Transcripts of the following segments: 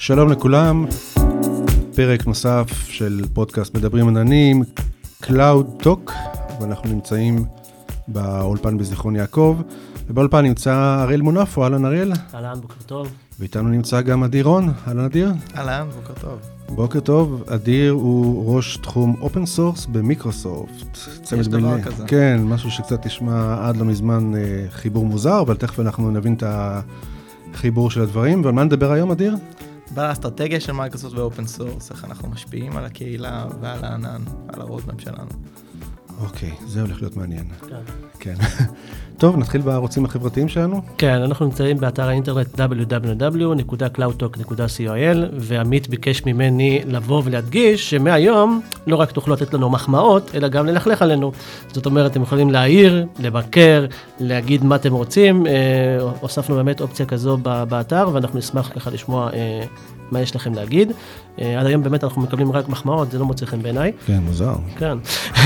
שלום לכולם, פרק נוסף של פודקאסט מדברים עננים, Cloud Talk, ואנחנו נמצאים באולפן בזיכרון יעקב, ובאולפן נמצא אריאל מונפו. אהלן אריאל. אהלן, בוקר טוב. ואיתנו נמצא גם אדיר רון. אהלן אדיר. אהלן, בוקר טוב. בוקר טוב. אדיר הוא ראש תחום אופן סורס במיקרוסופט. יש דבר כזה. כן, משהו שקצת נשמע עד לא מזמן חיבור מוזר, אבל תכף אנחנו נבין את החיבור של הדברים. ועל מה נדבר היום אדיר? באסטרטגיה של מייקרוסופט ואופן סורס, איך אנחנו משפיעים על הקהילה ועל הענן, על הרודמפ שלנו. אוקיי, זה הולך להיות מעניין. כן. כן. טוב, נתחיל בערוצים החברתיים שלנו. כן, אנחנו נמצאים באתר האינטרנט www.cloudtalk.co.il, ועמית ביקש ממני לבוא ולהדגיש שמהיום לא רק תוכלו לתת לנו מחמאות, אלא גם ללכלך עלינו. זאת אומרת, אתם יכולים להעיר, לבקר, להגיד מה אתם רוצים. הוספנו באמת אופציה כזו באתר, ואנחנו נשמח ככה לשמוע מה יש לכם להגיד. עד היום באמת אנחנו מקבלים רק מחמאות, זה לא מוצא חן בעיניי. כן, מוזר. כן.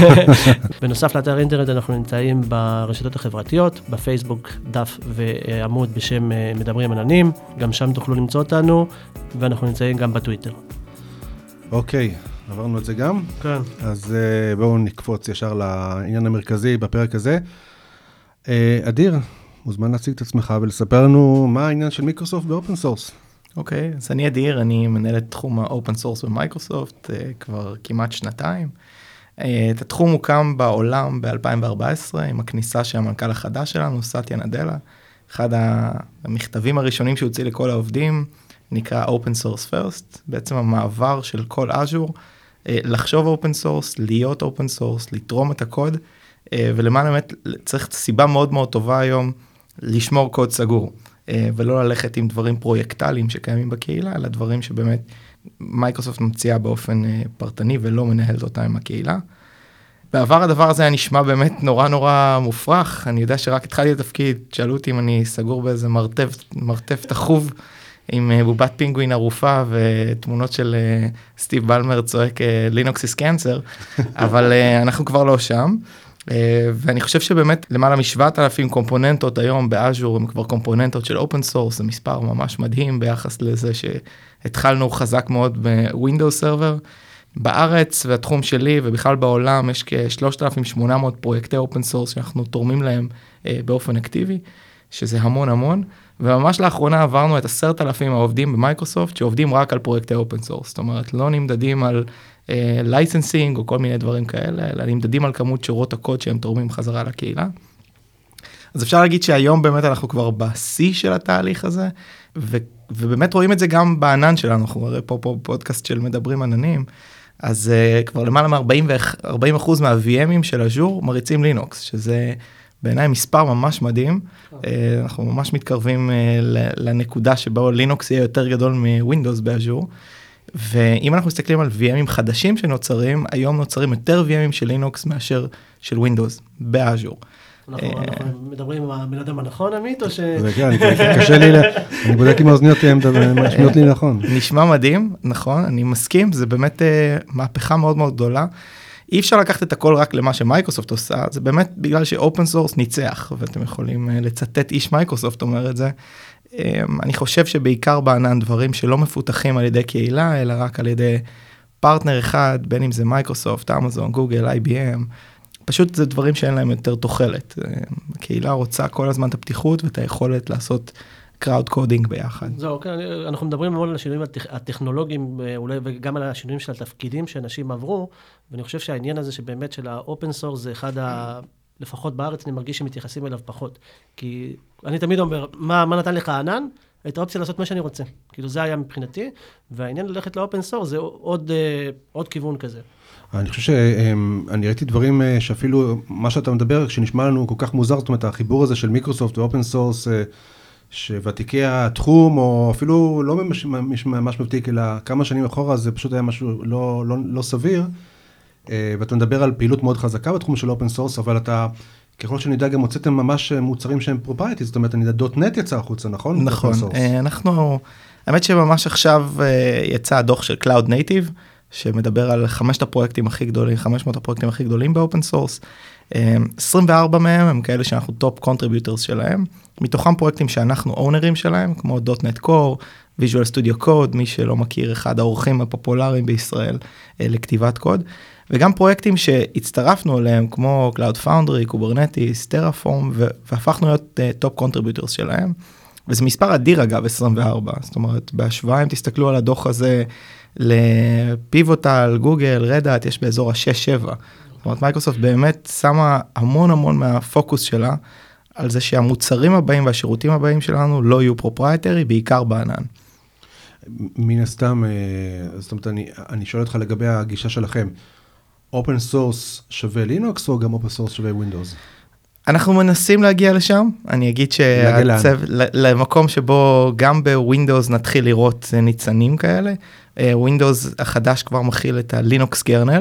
בנוסף לאתר האינטרנט אנחנו נמצאים ברשתות החברתיות, בפייסבוק דף ועמוד בשם מדברים עננים, גם שם תוכלו למצוא אותנו, ואנחנו נמצאים גם בטוויטר. אוקיי, עברנו את זה גם. כן. אז בואו נקפוץ ישר לעניין המרכזי בפרק הזה. אדיר, מוזמן להציג את עצמך ולספר לנו מה העניין של מיקרוסופט באופן סורס. אוקיי, אז אני אדיר, אני מנהל את תחום האופן סורס במייקרוסופט כבר כמעט שנתיים. את התחום הוקם בעולם ב-2014 עם הכניסה של המנכ"ל החדש שלנו, סטיה נדלה. אחד המכתבים הראשונים שהוציא לכל העובדים נקרא Open Source First, בעצם המעבר של כל Azure, לחשוב אופן סורס, להיות אופן סורס, לתרום את הקוד, ולמען באמת צריך סיבה מאוד מאוד טובה היום לשמור קוד סגור. ולא ללכת עם דברים פרויקטליים שקיימים בקהילה, אלא דברים שבאמת מייקרוסופט ממציאה באופן פרטני ולא מנהלת אותם עם הקהילה. בעבר הדבר הזה היה נשמע באמת נורא נורא מופרך, אני יודע שרק התחלתי את התפקיד, שאלו אותי אם אני סגור באיזה מרתף תחוב עם בובת פינגווין ערופה ותמונות של סטיב בלמר צועק לינוקס is cancer, אבל אנחנו כבר לא שם. ואני חושב שבאמת למעלה מ7,000 קומפוננטות היום באז'ור הם כבר קומפוננטות של אופן סורס, זה מספר ממש מדהים ביחס לזה שהתחלנו חזק מאוד בווינדוס סרבר. בארץ והתחום שלי ובכלל בעולם יש כ-3,800 פרויקטי אופן סורס שאנחנו תורמים להם באופן אקטיבי, שזה המון המון, וממש לאחרונה עברנו את 10,000 העובדים במייקרוסופט שעובדים רק על פרויקטי אופן סורס, זאת אומרת לא נמדדים על לייסנסינג או כל מיני דברים כאלה, אלא נמדדים על כמות שורות הקוד שהם תורמים חזרה לקהילה. אז אפשר להגיד שהיום באמת אנחנו כבר בשיא של התהליך הזה, ובאמת רואים את זה גם בענן שלנו, אנחנו רואים פה פודקאסט של מדברים עננים, אז כבר למעלה מ-40% מה-VMים של אז'ור מריצים לינוקס, שזה בעיניי מספר ממש מדהים, אנחנו ממש מתקרבים לנקודה שבה לינוקס יהיה יותר גדול מווינדוס באז'ור, ואם אנחנו מסתכלים על VMים חדשים שנוצרים, היום נוצרים יותר VMים של לינוקס מאשר של ווינדוס באז'ור. אנחנו מדברים עם הבן אדם הנכון, עמית, או ש... זה כן, קשה לי, אני בודק עם האוזניות משמיעות לי נכון. נשמע מדהים, נכון, אני מסכים, זה באמת מהפכה מאוד מאוד גדולה. אי אפשר לקחת את הכל רק למה שמייקרוסופט עושה, זה באמת בגלל שאופן סורס ניצח, ואתם יכולים לצטט איש מייקרוסופט אומר את זה. אני חושב שבעיקר בענן דברים שלא מפותחים על ידי קהילה, אלא רק על ידי פרטנר אחד, בין אם זה מייקרוסופט, אמזון, גוגל, IBM, פשוט זה דברים שאין להם יותר תוחלת. הקהילה רוצה כל הזמן את הפתיחות ואת היכולת לעשות קראוד קודינג ביחד. זהו, אוקיי, אנחנו מדברים מאוד על השינויים הטכנולוגיים, אולי וגם על השינויים של התפקידים שאנשים עברו, ואני חושב שהעניין הזה שבאמת של האופן סורס זה אחד לפחות בארץ אני מרגיש שמתייחסים אליו פחות. כי אני תמיד אומר, מה נתן לך הענן? את האופציה לעשות מה שאני רוצה. כאילו זה היה מבחינתי, והעניין ללכת לאופן סורס זה עוד כיוון כזה. אני חושב שאני ראיתי דברים שאפילו מה שאתה מדבר, כשנשמע לנו כל כך מוזר, זאת אומרת, החיבור הזה של מיקרוסופט ואופן סורס, שוותיקי התחום, או אפילו לא ממש מבטיק, אלא כמה שנים אחורה, זה פשוט היה משהו לא סביר, ואתה מדבר על פעילות מאוד חזקה בתחום של אופן סורס, אבל אתה, ככל שאני יודע, גם הוצאתם ממש מוצרים שהם פרופרייטי, זאת אומרת, אני יודע, .NET יצא החוצה, נכון? נכון, האמת שממש עכשיו יצא הדוח של Cloud Native, שמדבר על 500 הפרויקטים הכי גדולים באופן סורס, 24 מהם הם כאלה שאנחנו טופ קונטריביוטורס שלהם, מתוכם פרויקטים שאנחנו אונרים שלהם, כמו .NET Core, Visual Studio Code, מי שלא מכיר, אחד האורחים הפופולריים בישראל לכתיבת קוד, וגם פרויקטים שהצטרפנו אליהם, כמו Cloud Foundry, Kubernetes, Terraform, והפכנו להיות טופ קונטריביוטורס שלהם, וזה מספר אדיר אגב, 24, זאת אומרת, בהשוואה, אם תסתכלו על הדוח הזה, לפיבוטל, גוגל, רדאט, יש באזור ה-6-7. זאת אומרת, מייקרוסופט באמת שמה המון מהפוקוס שלה, על זה שהמוצרים הבאים והשירותים הבאים שלנו לא יהיו פרופרייטרי, בעיקר בענן. מן הסתם, זאת אומרת, אני שואל אותך לגבי הגישה שלכם, אופן סורס שווה לינוקס או גם אופן סורס שווה ווינדוס? אנחנו מנסים להגיע לשם, אני אגיד למקום שבו גם בווינדוס נתחיל לראות ניצנים כאלה, ווינדוס החדש כבר מכיל את הלינוקס קרנל,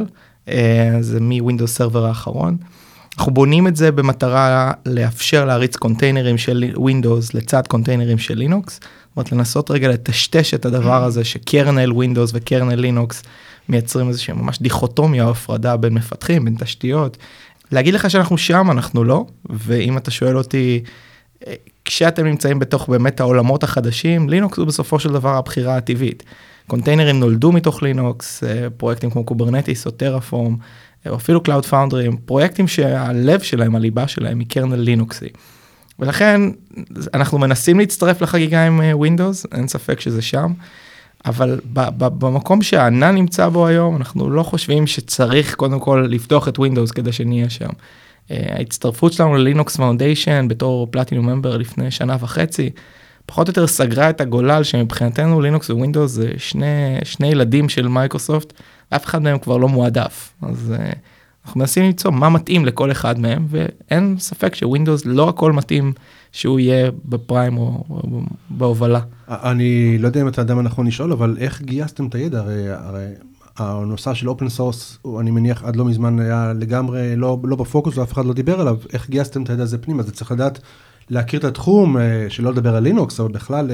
זה מווינדוס סרבר האחרון, אנחנו בונים את זה במטרה לאפשר להריץ קונטיינרים של ווינדוס לצד קונטיינרים של לינוקס, זאת אומרת לנסות רגע לטשטש את הדבר הזה שקרנל ווינדוס וקרנל לינוקס מייצרים איזושהי ממש דיכוטומיה או הפרדה בין מפתחים, בין תשתיות, להגיד לך שאנחנו שם, אנחנו לא, ואם אתה שואל אותי, כשאתם נמצאים בתוך באמת העולמות החדשים, לינוקס הוא בסופו של דבר הבחירה הטבעית. קונטיינרים נולדו מתוך לינוקס, פרויקטים כמו קוברנטיס או טרפורם, או אפילו קלאוד פאונדרי, פרויקטים שהלב שלהם, הליבה שלהם, היא קרנל לינוקסי. ולכן אנחנו מנסים להצטרף לחגיגה עם ווינדוס, אין ספק שזה שם, אבל במקום שהענן נמצא בו היום, אנחנו לא חושבים שצריך קודם כל לפתוח את ווינדוס כדי שנהיה שם. ההצטרפות שלנו ללינוקס פאונדיישן בתור פלטינום ממבר לפני שנה וחצי, פחות או יותר סגרה את הגולל שמבחינתנו לינוקס ווינדוס זה שני ילדים של מייקרוסופט, אף אחד מהם כבר לא מועדף. אז אנחנו מנסים למצוא מה מתאים לכל אחד מהם, ואין ספק שווינדוס לא הכל מתאים שהוא יהיה בפריים או בהובלה. אני לא יודע אם אתה אדם הנכון לשאול, אבל איך גייסתם את הידע? הרי הנושא של אופן סורס, אני מניח עד לא מזמן היה לגמרי לא בפוקוס, ואף אחד לא דיבר עליו. איך גייסתם את הידע הזה פנימה? אז צריך לדעת להכיר את התחום, שלא לדבר על לינוקס, אבל בכלל,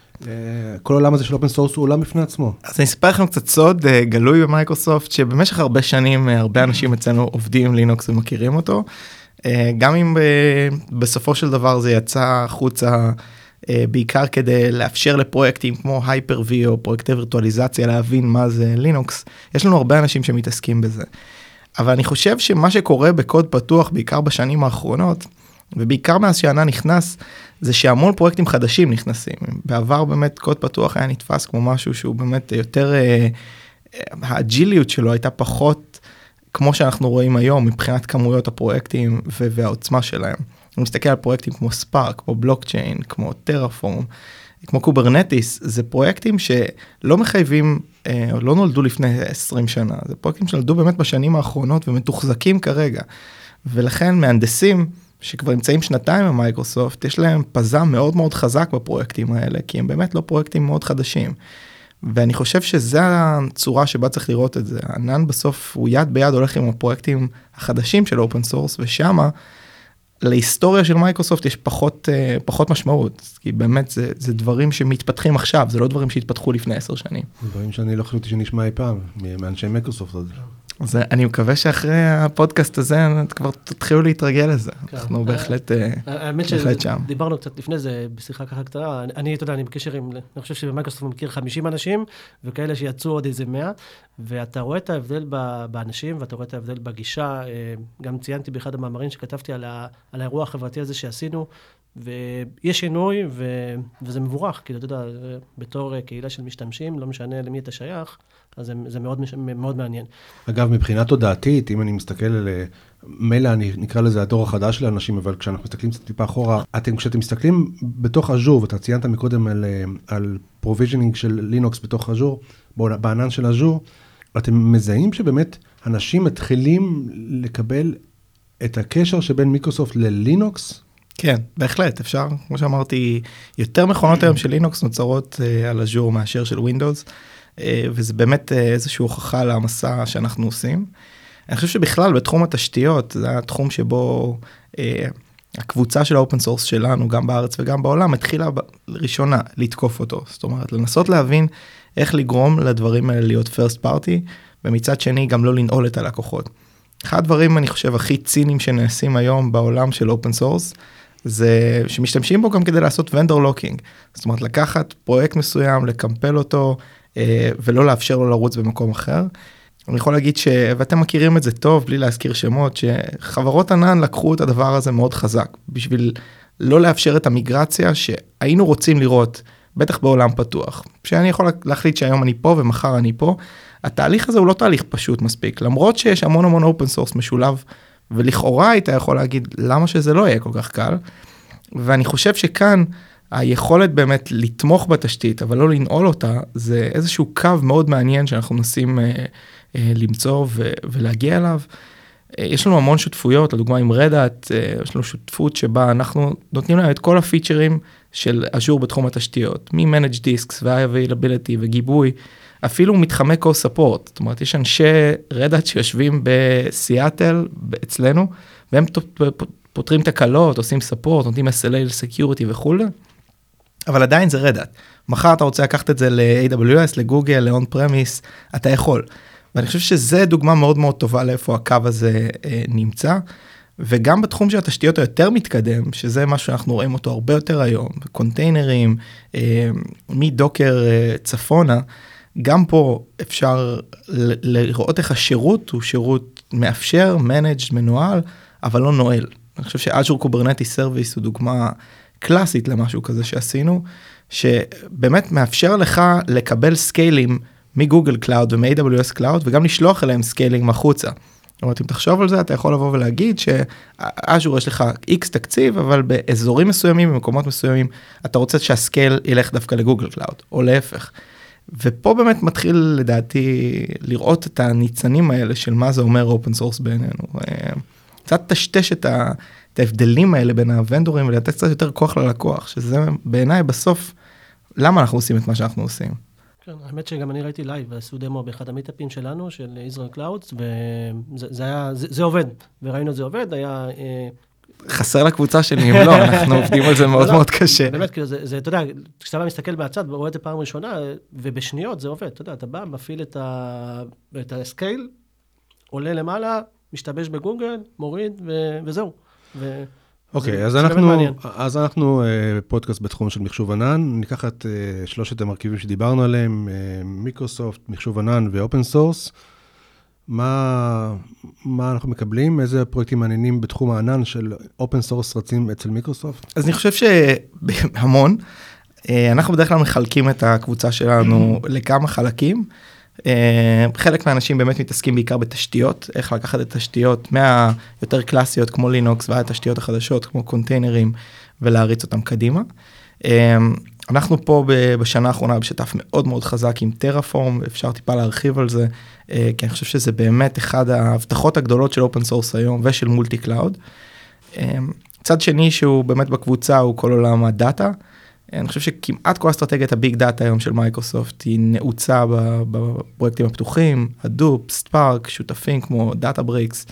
כל העולם הזה של אופן סורס הוא עולם בפני עצמו. אז אני אספר לכם קצת סוד גלוי במייקרוסופט, שבמשך הרבה שנים, הרבה אנשים אצלנו עובדים עם לינוקס ומכירים אותו, גם אם בסופו של דבר זה יצא חוצה, בעיקר כדי לאפשר לפרויקטים כמו Hyper-V או פרויקטי וירטואליזציה להבין מה זה לינוקס, יש לנו הרבה אנשים שמתעסקים בזה. אבל אני חושב שמה שקורה בקוד פתוח, בעיקר בשנים האחרונות, ובעיקר מאז שענן נכנס, זה שהמון פרויקטים חדשים נכנסים. בעבר באמת קוד פתוח היה נתפס כמו משהו שהוא באמת יותר, האג'יליות שלו הייתה פחות כמו שאנחנו רואים היום מבחינת כמויות הפרויקטים והעוצמה שלהם. אני מסתכל על פרויקטים כמו ספארק, כמו בלוקצ'יין, כמו טרפורם, כמו קוברנטיס, זה פרויקטים שלא מחייבים, או לא נולדו לפני 20 שנה, זה פרויקטים שנולדו באמת בשנים האחרונות ומתוחזקים כרגע. ולכן מהנדסים שכבר נמצאים שנתיים במייקרוסופט, יש להם פזם מאוד מאוד חזק בפרויקטים האלה, כי הם באמת לא פרויקטים מאוד חדשים. ואני חושב שזה הצורה שבה צריך לראות את זה. הענן בסוף הוא יד ביד הולך עם הפרויקטים החדשים של אופן סורס, ושמה להיסטוריה של מייקרוסופט יש פחות משמעות, כי באמת זה דברים שמתפתחים עכשיו, זה לא דברים שהתפתחו לפני 10 שנים. דברים שאני לא חשבתי שנשמע אי פעם, מאנשי מייקרוסופט. אז אני מקווה שאחרי הפודקאסט הזה, כבר תתחילו להתרגל לזה. אנחנו בהחלט שם. דיברנו קצת לפני זה, בשיחה ככה קטנה, אני בקשר עם, אני חושב שבמייקרוסופט מכיר 50 אנשים, וכאלה שיצאו עוד איזה 100, ואתה רואה את ההבדל באנשים, ואתה רואה את ההבדל בגישה, גם ציינתי באחד המאמרים שכתבתי על האירוע החברתי הזה שעשינו, ויש שינוי, וזה מבורך, כי אתה יודע, בתור קהילה של משתמשים, לא משנה למי אתה שייך, אז זה מאוד מעניין. אגב, מבחינה תודעתית, אם אני מסתכל על מילא, אני נקרא לזה הדור החדש של האנשים, אבל כשאנחנו מסתכלים קצת טיפה אחורה, כשאתם מסתכלים בתוך אז'ור, ואתה ציינת מקודם על פרוביז'נינג של לינוקס בתוך אז'ור, בענן של אז'ור, אתם מזהים שבאמת אנשים מתחילים לקבל את הקשר שבין מיקרוסופט ללינוקס? כן, בהחלט, אפשר, כמו שאמרתי, יותר מכונות היום של לינוקס נוצרות על אז'ור מאשר של ווינדוס, וזה באמת איזושהי הוכחה למסע שאנחנו עושים. אני חושב שבכלל בתחום התשתיות, זה התחום שבו הקבוצה של האופן סורס שלנו, גם בארץ וגם בעולם, התחילה ראשונה לתקוף אותו. זאת אומרת, לנסות להבין איך לגרום לדברים האלה להיות first party, ומצד שני גם לא לנעול את הלקוחות. אחד הדברים, אני חושב, הכי ציניים שנעשים היום בעולם של אופן סורס, זה שמשתמשים בו גם כדי לעשות ונדור לוקינג. זאת אומרת, לקחת פרויקט מסוים, לקמפל אותו, ולא לאפשר לו לרוץ במקום אחר. אני יכול להגיד ואתם מכירים את זה טוב, בלי להזכיר שמות, שחברות ענן לקחו את הדבר הזה מאוד חזק, בשביל לא לאפשר את המיגרציה שהיינו רוצים לראות, בטח בעולם פתוח. שאני יכול להחליט שהיום אני פה ומחר אני פה, התהליך הזה הוא לא תהליך פשוט מספיק, למרות שיש המון אופן סורס משולב, ולכאורה היית יכול להגיד למה שזה לא יהיה כל כך קל, ואני חושב שכאן היכולת באמת לתמוך בתשתית, אבל לא לנעול אותה, זה איזשהו קו מאוד מעניין שאנחנו מנסים למצוא ולהגיע אליו. יש לנו המון שותפויות, לדוגמה עם רדאט, יש לנו שותפות שבה אנחנו נותנים להם את כל הפיצ'רים של אז'ור בתחום התשתיות, מ-Managed Disks ו-Availability וגיבוי, אפילו מתחמי co-support, זאת אומרת, יש אנשי רדאט שיושבים בסיאטל אצלנו, והם פותרים תקלות, עושים support, נותנים SLA ל-Security וכו', אבל עדיין זה רדאט. מחר אתה רוצה לקחת את זה ל-AWS, לגוגל, ל-on-premise, אתה יכול. ואני חושב שזה דוגמה מאוד מאוד טובה לאיפה הקו הזה נמצא, וגם בתחום של התשתיות היותר מתקדם, שזה מה שאנחנו רואים אותו הרבה יותר היום, קונטיינרים, מדוקר צפונה, גם פה אפשר לראות איך השירות הוא שירות מאפשר, managed, מנוהל, אבל לא נועל. אני חושב שאז'ור קוברנטיס סרוויס הוא דוגמה קלאסית למשהו כזה שעשינו, שבאמת מאפשר לך לקבל סקיילים מגוגל קלאוד ומ-AWS קלאוד, וגם לשלוח אליהם סקיילינג מחוצה. זאת אומרת, אם תחשוב על זה, אתה יכול לבוא ולהגיד שאז'ור יש לך X תקציב, אבל באזורים מסוימים, במקומות מסוימים, אתה רוצה שהסקייל ילך דווקא לגוגל קלאוד, או להפך. ופה באמת מתחיל, לדעתי, לראות את הניצנים האלה של מה זה אומר אופן סורס בעינינו. קצת תשתש את ההבדלים האלה בין הוונדורים, ולתת קצת יותר כוח ללקוח, שזה בעיניי בסוף, למה אנחנו עושים את מה שאנחנו עושים. כן, האמת שגם אני ראיתי לייב, ועשו דמו באחד המיטאפים שלנו, של ישראל קלאודס, וזה עובד, וראינו את זה עובד, היה... חסר לקבוצה שלי, אם לא, אנחנו עובדים על זה מאוד מאוד קשה. באמת, כאילו, זה, אתה יודע, כשאתה מסתכל מהצד, רואה את זה פעם ראשונה, ובשניות זה עובד, אתה יודע, אתה בא, מפעיל את הסקייל, עולה למעלה, משתבש בגוגל, מוריד, וזהו. אוקיי, אז אנחנו פודקאסט בתחום של מחשוב ענן, ניקח את שלושת המרכיבים שדיברנו עליהם, מיקרוסופט, מחשוב ענן ואופן סורס. מה אנחנו מקבלים? איזה פרויקטים מעניינים בתחום הענן של אופן סורס רצים אצל מיקרוסופט? אז אני חושב שהמון, אנחנו בדרך כלל מחלקים את הקבוצה שלנו לכמה חלקים, חלק מהאנשים באמת מתעסקים בעיקר בתשתיות, איך לקחת את תשתיות מהיותר קלאסיות כמו לינוקס ועד התשתיות החדשות כמו קונטיינרים ולהריץ אותם קדימה. אנחנו פה בשנה האחרונה בשתף מאוד מאוד חזק עם טרפורם, אפשר טיפה להרחיב על זה, כי אני חושב שזה באמת אחד ההבטחות הגדולות של אופן סורס היום ושל מולטי קלאוד. צד שני שהוא באמת בקבוצה הוא כל עולם הדאטה, אני חושב שכמעט כל אסטרטגיית הביג דאטה היום של מייקרוסופט היא נעוצה בפרויקטים הפתוחים, הדופ, ספארק, שותפים כמו דאטאבריקס,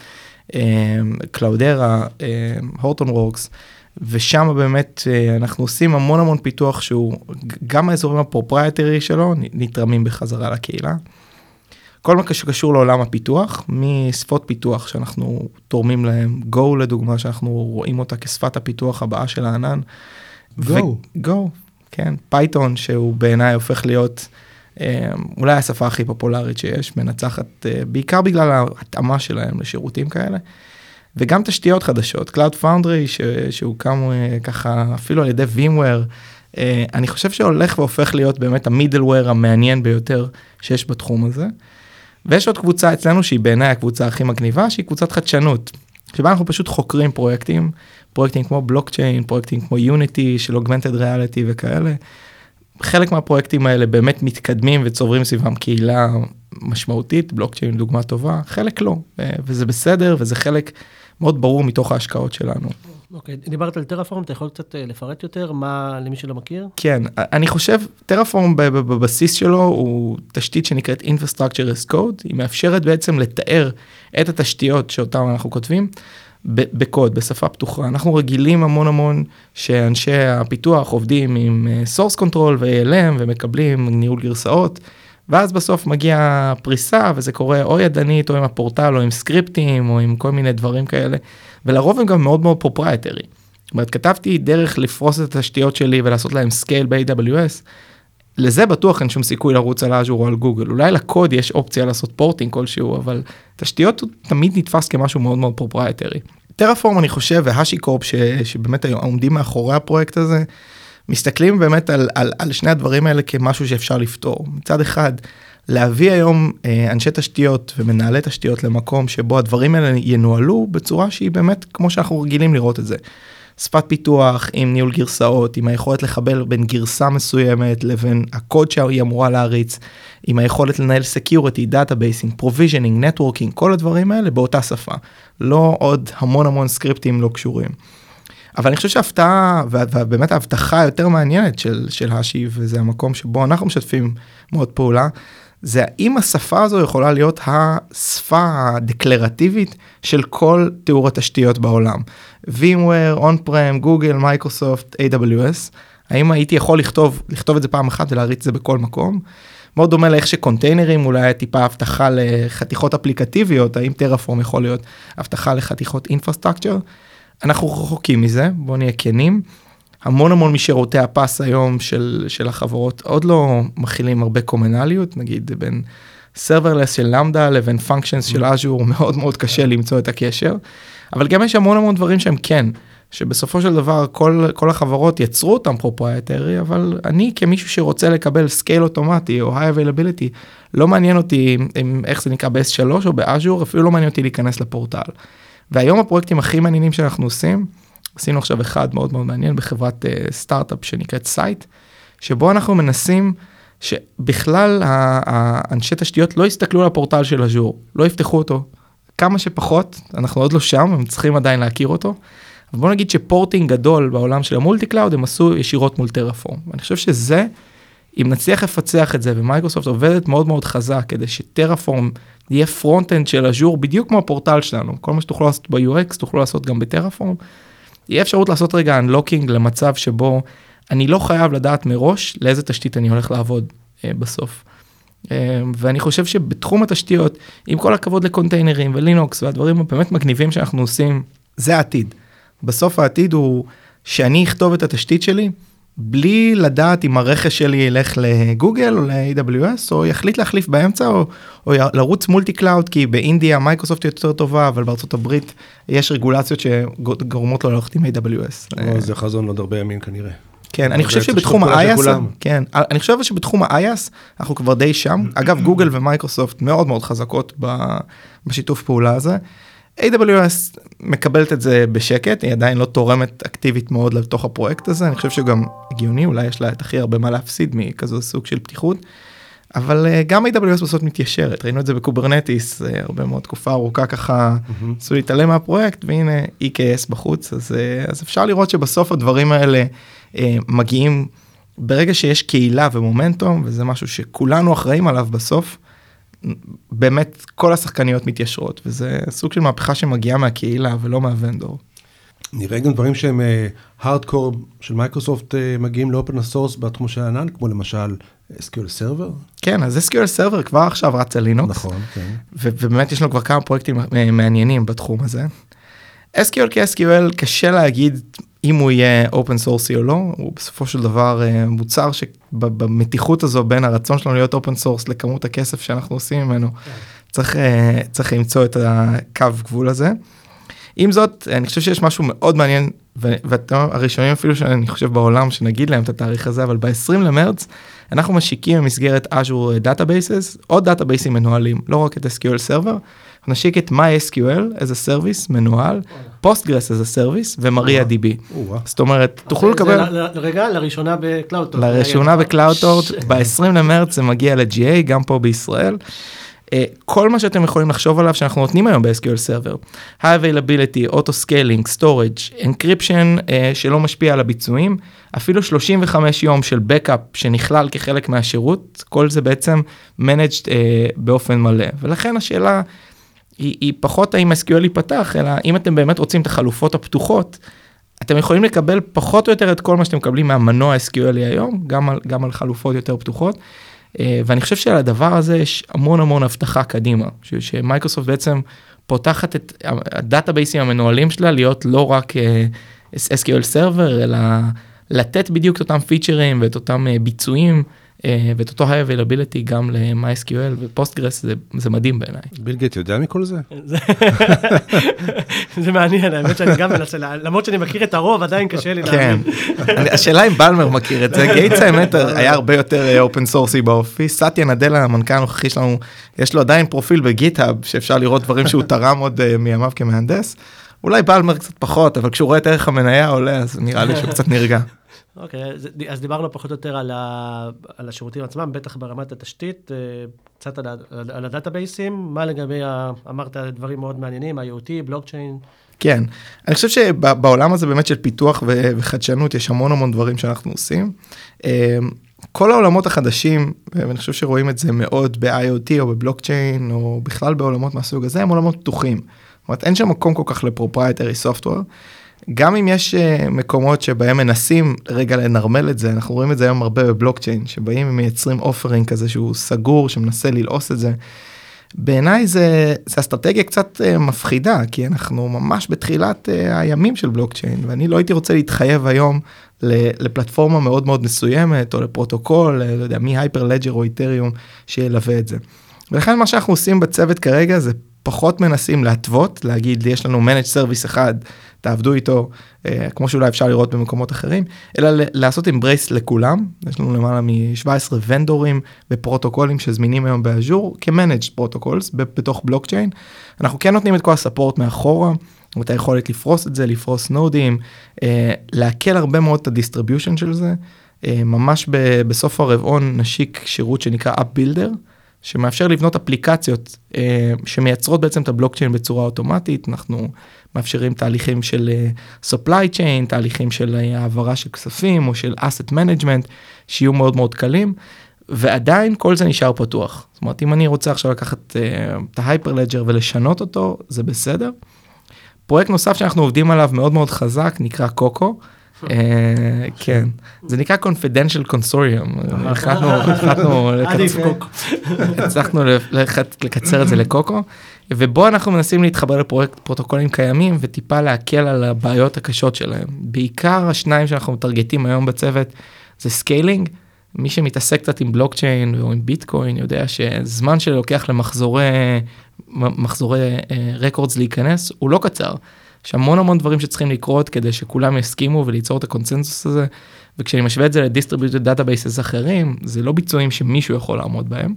קלאודרה, הורטון וורקס, ושם באמת אנחנו עושים המון פיתוח שהוא, גם האזורים הפרופרייטרי שלו נתרמים בחזרה לקהילה. כל מה שקשור לעולם הפיתוח, משפות פיתוח שאנחנו תורמים להם, Go לדוגמה, שאנחנו רואים אותה כשפת הפיתוח הבאה של הענן, Go, כן, פייתון שהוא בעיניי הופך להיות אולי השפה הכי פופולרית שיש, מנצחת בעיקר בגלל ההתאמה שלהם לשירותים כאלה, וגם תשתיות חדשות, Cloud Foundry שהוקם ככה אפילו על ידי VMware, אני חושב שהולך והופך להיות באמת המידלוור המעניין ביותר שיש בתחום הזה, ויש עוד קבוצה אצלנו שהיא בעיניי הקבוצה הכי מגניבה, שהיא קבוצת חדשנות, שבה אנחנו פשוט חוקרים פרויקטים כמו בלוקצ'יין, פרויקטים כמו יוניטי של אוגמנטד ריאליטי וכאלה. חלק מהפרויקטים האלה באמת מתקדמים וצוברים סביבם קהילה משמעותית, בלוקצ'יין דוגמה טובה, חלק לא, וזה בסדר, וזה חלק מאוד ברור מתוך ההשקעות שלנו. אוקיי, דיברת על טרפורם, אתה יכול קצת לפרט יותר, מה למי שלא מכיר? כן, אני חושב, טרפורם בבסיס שלו הוא תשתית שנקראת Infrastructure as Code, היא מאפשרת בעצם לתאר את התשתיות שאותן אנחנו כותבים, בקוד, בשפה פתוחה. אנחנו רגילים המון שאנשי הפיתוח עובדים עם Source Control ו-ALM ומקבלים ניהול גרסאות, ואז בסוף מגיע פריסה, וזה קורה או ידנית, או עם הפורטל, או עם סקריפטים, או עם כל מיני דברים כאלה, ולרוב הם גם מאוד מאוד פרופרייטרי. זאת אומרת, כתבתי דרך לפרוס את התשתיות שלי ולעשות להם סקייל ב-AWS, לזה בטוח אין שום סיכוי לרוץ על Azure או על גוגל. אולי לקוד יש אופציה לעשות פורטינג כלשהו, אבל תשתיות תמיד נתפס כמשהו מאוד מאוד פרופרייטרי. טרפורם אני חושב, והשיקורפ שבאמת עומדים מאחורי הפרויקט הזה, מסתכלים באמת על שני הדברים האלה כמשהו שאפשר לפתור. מצד אחד, להביא היום אנשי תשתיות ומנהלי תשתיות למקום שבו הדברים האלה ינוהלו בצורה שהיא באמת כמו שאנחנו רגילים לראות את זה. שפת פיתוח עם ניהול גרסאות, עם היכולת לחבר בין גרסה מסוימת לבין הקוד שהיא אמורה להריץ, עם היכולת לנהל security, databasing, provisioning, networking, כל הדברים האלה באותה שפה. לא עוד המון סקריפטים לא קשורים. אבל אני חושב שההפתעה, ובאמת ההבטחה היותר מעניינת של השי, וזה המקום שבו אנחנו משתפים מאוד פעולה, זה האם השפה הזו יכולה להיות השפה הדקלרטיבית של כל תיאור התשתיות בעולם. VMware, On-Prem, Google, Microsoft, AWS, האם הייתי יכול לכתוב את זה פעם אחת ולהריץ את זה בכל מקום? מאוד דומה לאיך שקונטיינרים אולי טיפה הבטחה לחתיכות אפליקטיביות, האם טרפורם יכול להיות הבטחה לחתיכות infrastructure? אנחנו רחוקים מזה, בואו נהיה כנים. המון משירותי הפס היום של החברות עוד לא מכילים הרבה קומנליות, נגיד בין serverless של למדה לבין functions של Azure, מאוד מאוד קשה למצוא את הקשר, אבל גם יש המון דברים שהם כן, שבסופו של דבר כל החברות יצרו אותם פרופרייטרי, אבל אני כמישהו שרוצה לקבל סקייל אוטומטי או high availability, לא מעניין אותי איך זה נקרא ב-S3 או ב-Azure, אפילו לא מעניין אותי להיכנס לפורטל. והיום הפרויקטים הכי מעניינים שאנחנו עושים, עשינו עכשיו אחד מאוד מעניין בחברת סטארט-אפ שנקראת סייט, שבו אנחנו מנסים שבכלל האנשי תשתיות לא יסתכלו על הפורטל של Azure, לא יפתחו אותו, כמה שפחות, אנחנו עוד לא שם, הם צריכים עדיין להכיר אותו, אבל בוא נגיד שפורטינג גדול בעולם של המולטי קלאוד, הם עשו ישירות מול טרפורם, ואני חושב שזה, אם נצליח לפצח את זה, ומייקרוסופט עובדת מאוד חזק, כדי שטרפורם יהיה פרונט-אנד של Azure, בדיוק כמו הפורטל שלנו, כל מה שתוכלו לעשות ב-UX, תוכלו לעשות גם בטרפורם, יהיה אפשרות לעשות רגע אנלוקינג למצב שבו אני לא חייב לדעת מראש לאיזה תשתית אני הולך לעבוד בסוף. ואני חושב שבתחום התשתיות, עם כל הכבוד לקונטיינרים ולינוקס והדברים הבאמת מגניבים שאנחנו עושים, זה העתיד. בסוף העתיד הוא שאני אכתוב את התשתית שלי, בלי לדעת אם הרכש שלי ילך לגוגל או ל-AWS, או יחליט להחליף באמצע, או לרוץ מולטי קלאוד, כי באינדיה מייקרוסופט יותר טובה, אבל בארצות הברית יש רגולציות שגורמות לו ללכת עם AWS. זה חזון עוד הרבה ימים כנראה. כן, אני חושב שבתחום ה-IaaS, כן, אני חושב שבתחום ה-IaaS, אנחנו כבר די שם. אגב, גוגל ומייקרוסופט מאוד חזקות בשיתוף פעולה הזה. AWS מקבלת את זה בשקט, היא עדיין לא תורמת אקטיבית מאוד לתוך הפרויקט הזה, אני חושב שגם הגיוני, אולי יש לה את הכי הרבה מה להפסיד מכזו סוג של פתיחות, אבל גם AWS בסוף מתיישרת, ראינו את זה בקוברנטיס, הרבה מאוד תקופה ארוכה ככה, עשו להתעלם מהפרויקט, והנה EKS בחוץ, אז אפשר לראות שבסוף הדברים האלה מגיעים, ברגע שיש קהילה ומומנטום, וזה משהו שכולנו אחראים עליו בסוף, באמת כל השחקניות מתיישרות, וזה סוג של מהפכה שמגיעה מהקהילה ולא מהוונדור. נראה גם דברים שהם הארדקור של מייקרוסופט מגיעים לאופן סורס בתחום של הענן, כמו למשל SQL Server. כן, אז SQL Server כבר עכשיו רץ על לינוקס. נכון, כן. ובאמת יש לנו כבר כמה פרויקטים מעניינים בתחום הזה. SQL כ-SQL קשה להגיד אם הוא יהיה אופן סורסי או לא, הוא בסופו של דבר מוצר שבמתיחות הזו בין הרצון שלנו להיות אופן סורס לכמות הכסף שאנחנו עושים ממנו, צריך למצוא את הקו גבול הזה. עם זאת, אני חושב שיש משהו מאוד מעניין, ואתם הראשונים אפילו שאני חושב בעולם שנגיד להם את התאריך הזה, אבל ב-20 למרץ אנחנו משיקים במסגרת Azure Databases, עוד דאטאבייסים מנוהלים, לא רק את SQL Server, נשיק את MySQL as a service מנוהל, Postgres as a service ו-MariaDB. זאת אומרת, תוכלו לקבל... רגע, לראשונה ב-CloudTalk. לראשונה ב-CloudTalk, ב-20 למרץ זה מגיע ל-GA, גם פה בישראל. כל מה שאתם יכולים לחשוב עליו שאנחנו נותנים היום ב-SQL Server, High Availability, Auto Scaling, Storage, Encryption שלא משפיע על הביצועים, אפילו 35 יום של Backup שנכלל כחלק מהשירות, כל זה בעצם managed באופן מלא. ולכן השאלה היא פחות האם SQL ייפתח, אלא אם אתם באמת רוצים את החלופות הפתוחות, אתם יכולים לקבל פחות או יותר את כל מה שאתם מקבלים מהמנוע SQL היום, גם על חלופות יותר פתוחות. ואני חושב שעל הדבר הזה יש המון המון הבטחה קדימה, שמייקרוסופט בעצם פותחת את הדאטאבייסים המנוהלים שלה להיות לא רק SQL Server, אלא לתת בדיוק את אותם פיצ'רים ואת אותם ביצועים, ואת אותו ה-availability גם ל-MySQL ופוסטגרס, זה מדהים בעיניי. ביל גייט יודע מכל זה? זה מעניין, האמת שאני גם מנסה, למרות שאני מכיר את הרוב, עדיין קשה לי להאמין. כן, השאלה אם בלמר מכיר את זה, גייטס האמת היה הרבה יותר אופן סורסי באופיס, סטיה נדלה, המנכ"ל הנוכחי שלנו, יש לו עדיין פרופיל בגיט-האב, שאפשר לראות דברים שהוא תרם עוד מימיו כמהנדס, אולי בלמר קצת פחות, אבל כשהוא רואה את ערך המניה עולה, אז נראה לי שהוא קצת נרגע. אוקיי, אז דיברנו פחות או יותר על השירותים עצמם, בטח ברמת התשתית, קצת על הדאטאבייסים, מה לגבי, אמרת דברים מאוד מעניינים, IoT, בלוקצ'יין. כן, אני חושב שבעולם הזה באמת של פיתוח וחדשנות, יש המון המון דברים שאנחנו עושים. כל העולמות החדשים, ואני חושב שרואים את זה מאוד ב-IoT או בבלוקצ'יין, או בכלל בעולמות מהסוג הזה, הם עולמות פתוחים. זאת אומרת, אין שם מקום כל כך לפרופרייטרי סופטוור, גם אם יש מקומות שבהם מנסים רגע לנרמל את זה, אנחנו רואים את זה היום הרבה בבלוקצ'יין, שבאים ומייצרים אופרינג כזה שהוא סגור, שמנסה ללעוס את זה. בעיניי זה אסטרטגיה קצת מפחידה, כי אנחנו ממש בתחילת הימים של בלוקצ'יין, ואני לא הייתי רוצה להתחייב היום לפלטפורמה מאוד מאוד מסוימת, או לפרוטוקול, לא יודע, מ-Hyperledger או איתריום, שילווה את זה. ולכן מה שאנחנו עושים בצוות כרגע, זה פחות מנסים להתוות, להגיד, יש לנו managed service אחד, תעבדו איתו, כמו שאולי אפשר לראות במקומות אחרים, אלא לעשות embrace לכולם, יש לנו למעלה מ-17 ונדורים בפרוטוקולים שזמינים היום באז'ור, כ-managed protocols בתוך בלוקצ'יין, אנחנו כן נותנים את כל הספורט מאחורה, את היכולת לפרוס את זה, לפרוס נודים, להקל הרבה מאוד את הדיסטריביושן של זה, ממש בסוף הרבעון נשיק שירות שנקרא App Builder, שמאפשר לבנות אפליקציות שמייצרות בעצם את הבלוקצ'יין בצורה אוטומטית, אנחנו מאפשרים תהליכים של supply chain, תהליכים של העברה של כספים או של asset management, שיהיו מאוד מאוד קלים, ועדיין כל זה נשאר פתוח. זאת אומרת, אם אני רוצה עכשיו לקחת את ה-Hyperledger ולשנות אותו, זה בסדר. פרויקט נוסף שאנחנו עובדים עליו מאוד מאוד חזק, נקרא קוקו, כן, זה נקרא confidential consortium, הצלחנו לקצר את זה לקוקו, ובו אנחנו מנסים להתחבר לפרויקט פרוטוקולים קיימים, וטיפה להקל על הבעיות הקשות שלהם. בעיקר השניים שאנחנו מטרגטים היום בצוות, זה סקיילינג, מי שמתעסק קצת עם בלוקצ'יין או עם ביטקוין, יודע שזמן שלוקח למחזורי רקורדס להיכנס, הוא לא קצר. יש המון המון דברים שצריכים לקרות כדי שכולם יסכימו וליצור את הקונצנזוס הזה, וכשאני משווה את זה לדיסטריביוטד דאטאבייסס אחרים, זה לא ביצועים שמישהו יכול לעמוד בהם.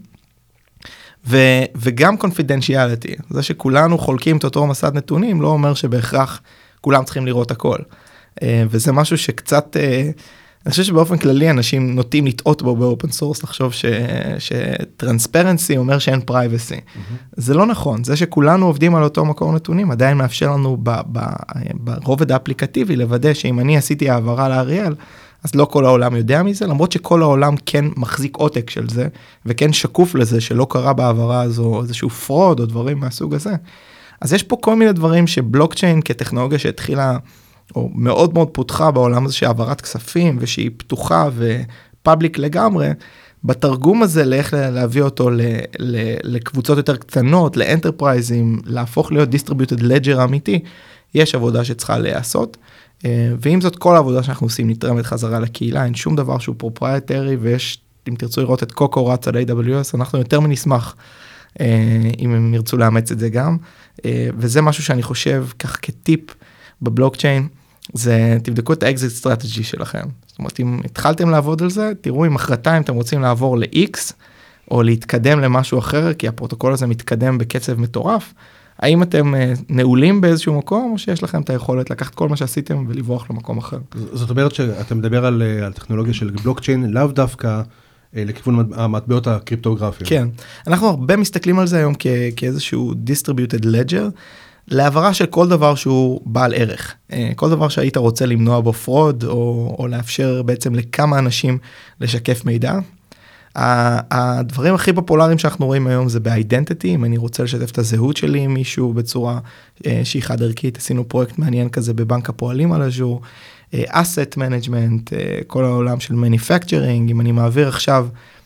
וגם קונפידנציאליטי, זה שכולנו חולקים את אותו מסד נתונים, לא אומר שבהכרח כולם צריכים לראות הכל. וזה משהו שקצת, אני חושב שבאופן כללי אנשים נוטים לטעות בו באופן סורס, לחשוב שטרנספרנסי אומר שאין פרייבסי. זה לא נכון, זה שכולנו עובדים על אותו מקור נתונים, עדיין מאפשר לנו ברובד האפליקטיבי לוודא שאם אני עשיתי העברה לאריאל, אז לא כל העולם יודע מזה, למרות שכל העולם כן מחזיק עותק של זה, וכן שקוף לזה שלא קרה בעברה הזו איזשהו פרוד או דברים מהסוג הזה. אז יש פה כל מיני דברים שבלוקצ'יין כטכנולוגיה שהתחילה, או מאוד מאוד פותחה בעולם הזה שהעברת כספים, ושהיא פתוחה ופאבליק לגמרי, בתרגום הזה לאיך להביא אותו לקבוצות יותר קטנות, לאנטרפרייזים, להפוך להיות distributed ledger אמיתי, יש עבודה שצריכה להיעשות, ועם זאת כל העבודה שאנחנו עושים נתרמת חזרה לקהילה, אין שום דבר שהוא פרופרייטרי, ויש, אם תרצו לראות את קוקו רץ על AWS, אנחנו יותר מנשמח, אם הם ירצו לאמץ את זה גם, וזה משהו שאני חושב כך כטיפ בבלוקצ'יין, זה תבדקו את האקזיט סטרטג'י שלכם. זאת אומרת, אם התחלתם לעבוד על זה, תראו אם מחרתיים אתם רוצים לעבור ל-X, או להתקדם למשהו אחר, כי הפרוטוקול הזה מתקדם בקצב מטורף, האם אתם נעולים באיזשהו מקום, או שיש לכם את היכולת לקחת כל מה שעשיתם ולברוח למקום אחר? זאת אומרת שאתה מדבר על טכנולוגיה של בלוקצ'יין, לאו דווקא לכיוון המטבעות הקריפטוגרפיים. כן, אנחנו הרבה מסתכלים על זה היום כאיזשהו distributed ledger, להעברה של כל דבר שהוא בעל ערך. כל דבר שהיית רוצה למנוע בו פרוד, או לאפשר בעצם לכמה אנשים לשקף מידע. הדברים הכי פופולריים שאנחנו רואים היום זה ב-identity, אם אני רוצה לשתף את הזהות שלי עם מישהו בצורה שהיא חד ערכית, עשינו פרויקט מעניין כזה בבנק הפועלים על אז'ור, asset management, כל העולם של manufacturing, אם אני מעביר עכשיו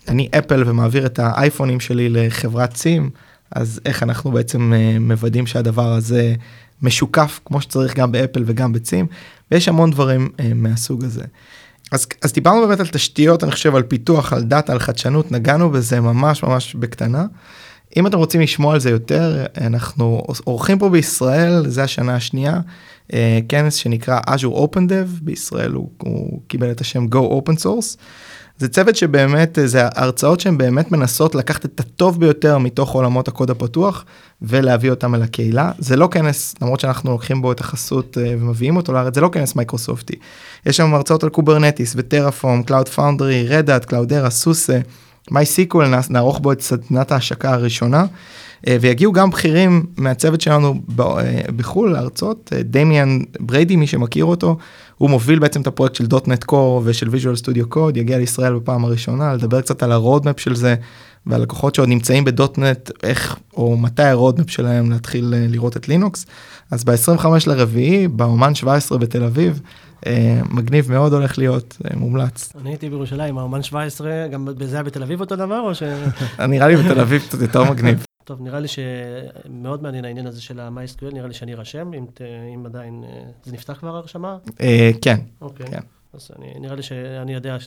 אני אפל ומעביר את האייפונים שלי לחברת סים, אז איך אנחנו בעצם מוודאים שהדבר הזה משוקף כמו שצריך גם באפל וגם בצים, ויש המון דברים מהסוג הזה. אז דיברנו באמת על תשתיות, אני חושב על פיתוח, על דאטה, על חדשנות, נגענו בזה ממש ממש בקטנה. אם אתם רוצים לשמוע על זה יותר, אנחנו עורכים פה בישראל, זה השנה השנייה, כנס שנקרא Azure Open Dev, בישראל הוא קיבל את השם Go Open Source, זה צוות שבאמת, זה הרצאות שהן באמת מנסות לקחת את הטוב ביותר מתוך עולמות הקוד הפתוח, ולהביא אותם אל הקהילה. זה לא כנס, למרות שאנחנו לוקחים בו את החסות ומביאים אותו לארץ, זה לא כנס מייקרוסופטי. יש שם הרצאות על קוברנטיס וטרפורם, קלאוד פאונדרי, רדאט, קלאודרה, סוסה, MySQL, נערוך בו את סדנת ההשקה הראשונה, ויגיעו גם בכירים מהצוות שלנו בחול לארצות, דמיאן בריידי, מי שמכיר אותו, הוא מוביל בעצם את הפרויקט של .NET Core ושל Visual Studio Code, יגיע לישראל בפעם הראשונה, לדבר קצת על הרודמפ של זה, ועל לקוחות שעוד נמצאים ב.NET, איך או מתי הרודמפ שלהם להתחיל לראות את לינוקס. אז ב-25 לרביעי, באומן 17 בתל אביב, מגניב מאוד הולך להיות, מומלץ. אני הייתי בירושלים, האומן 17, גם בזה היה בתל אביב אותו דבר, או ש... נראה לי בתל אביב קצת יותר מגניב. טוב, נראה לי שמאוד מעניין העניין הזה של ה-MySQL, נראה לי שאני ארשם, אם עדיין זה נפתח כבר הרשמה? כן. אוקיי. אז נראה לי שאני יודע...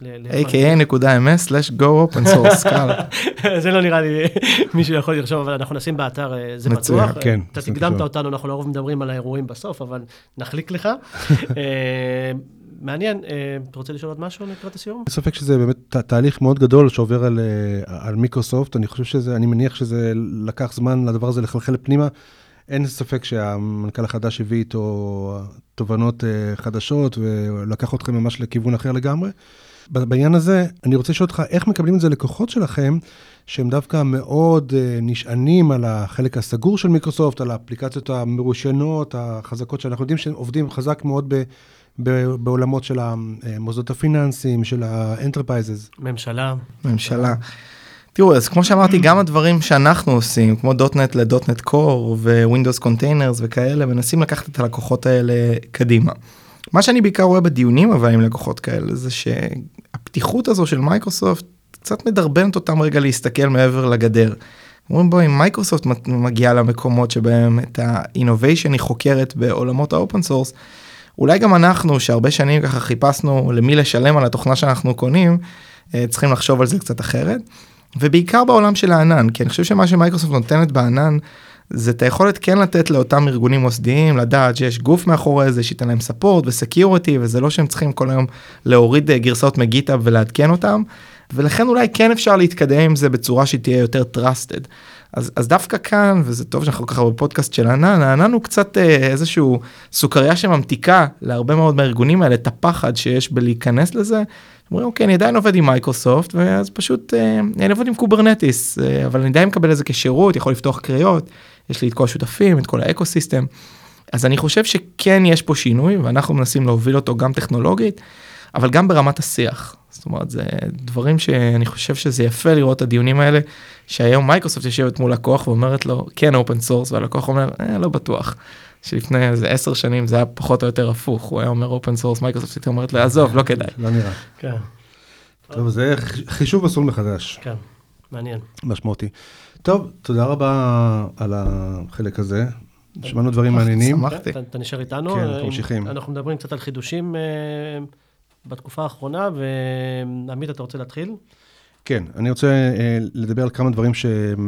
aka.ms/go-open-source, קל. זה לא נראה לי מישהו יכול לרשום, אבל אנחנו נשים באתר, זה בטוח. כן. אתה תקדמת אותנו, אנחנו לרוב מדברים על האירועים בסוף, אבל נחליק לך. מעניין, אתה רוצה לשאול עוד משהו לקראת הסיום? אין ספק שזה באמת תהליך מאוד גדול שעובר על מיקרוסופט, אני מניח שזה לקח זמן לדבר הזה לחלחל פנימה, אין ספק שהמנכ"ל החדש הביא איתו תובנות חדשות, ולקח אתכם ממש לכיוון אחר לגמרי. בעניין הזה, אני רוצה לשאול אותך, איך מקבלים את זה לקוחות שלכם, שהם דווקא מאוד נשענים על החלק הסגור של מיקרוסופט, על האפליקציות המרושיינות, החזקות שאנחנו יודעים שהם עובדים חזק מאוד בעולמות של המוסדות הפיננסיים, של האנטרפרייזס. ממשלה. תראו, אז כמו שאמרתי, גם הדברים שאנחנו עושים, כמו .NET ל.NET Core ו-Windows Containers וכאלה, מנסים לקחת את הלקוחות האלה קדימה. מה שאני בעיקר רואה בדיונים אבל עם לקוחות כאלה, זה שהפתיחות הזו של מייקרוסופט קצת מדרבנת אותם רגע להסתכל מעבר לגדר. אומרים בו, אם מייקרוסופט מגיעה למקומות שבהם את ה-innovation היא חוקרת בעולמות האופן סורס, אולי גם אנחנו, שהרבה שנים ככה חיפשנו למי לשלם על התוכנה שאנחנו קונים, צריכים לחשוב על זה קצת אחרת. ובעיקר בעולם של הענן, כי אני חושב שמה שמייקרוסופט נותנת בענן, זה את היכולת כן לתת לאותם ארגונים מוסדיים, לדעת שיש גוף מאחורי זה, שייתן להם ספורט וסקיוריטי, וזה לא שהם צריכים כל היום להוריד גרסאות מגיטאב ולעדכן אותם, ולכן אולי כן אפשר להתקדם עם זה בצורה שתהיה יותר trusted. אז דווקא כאן, וזה טוב שאנחנו ככה בפודקאסט של הענן, הענן הוא קצת איזשהו סוכריה שממתיקה להרבה מאוד מהארגונים האלה, את הפחד שיש בלהיכנס לזה, אומרים, אוקיי, אני עדיין עובד עם מייקרוסופט, ואז פשוט אני עובד עם קוברנטיס, אבל אני עדיין מקבל את זה כשירות, יכול לפתוח קריאות, יש לי את כל השותפים, את כל האקוסיסטם, אז אני חושב שכן יש פה שינוי, ואנחנו מנסים להוביל אותו גם טכנולוגית, אבל גם ברמת השיח. זאת אומרת, זה דברים שאני חושב שזה יפה לראות את הדיונים האלה, שהיום מייקרוסופט יושבת מול לקוח ואומרת לו, כן, אופן סורס, והלקוח אומר, לא בטוח. שלפני איזה 10 שנים זה היה פחות או יותר הפוך, הוא היה אומר אופן סורס, מייקרוסופט הייתה אומרת לו, עזוב, לא כדאי. לא נראה. כן. טוב, זה חישוב מסלול מחדש. כן, מעניין. משמעותי. טוב, תודה רבה על החלק הזה. שמענו דברים מעניינים. שמחתי. אתה נשאר איתנו. כן, אנחנו ממשיכים. אנחנו מדברים קצת על חידושים בתקופה האחרונה, ועמית, אתה רוצה להתחיל? כן, אני רוצה לדבר על כמה דברים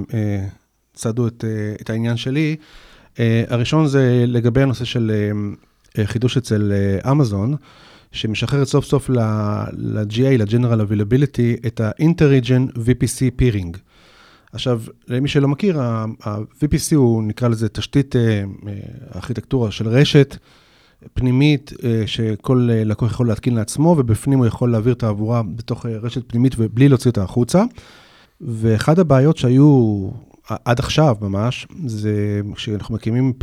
שצעדו את העניין שלי. הראשון זה לגבי הנושא של חידוש אצל אמזון, שמשחררת סוף סוף ל-GA, ל-General Availability, את ה-Inter-Region VPC Peering. עכשיו, למי שלא מכיר, ה-VPC הוא נקרא לזה תשתית ארכיטקטורה של רשת פנימית, שכל לקוח יכול להתקין לעצמו, ובפנים הוא יכול להעביר את העבורה בתוך רשת פנימית, ובלי להוציא אותה החוצה. ואחד הבעיות שהיו עד עכשיו ממש, זה כשאנחנו מקימים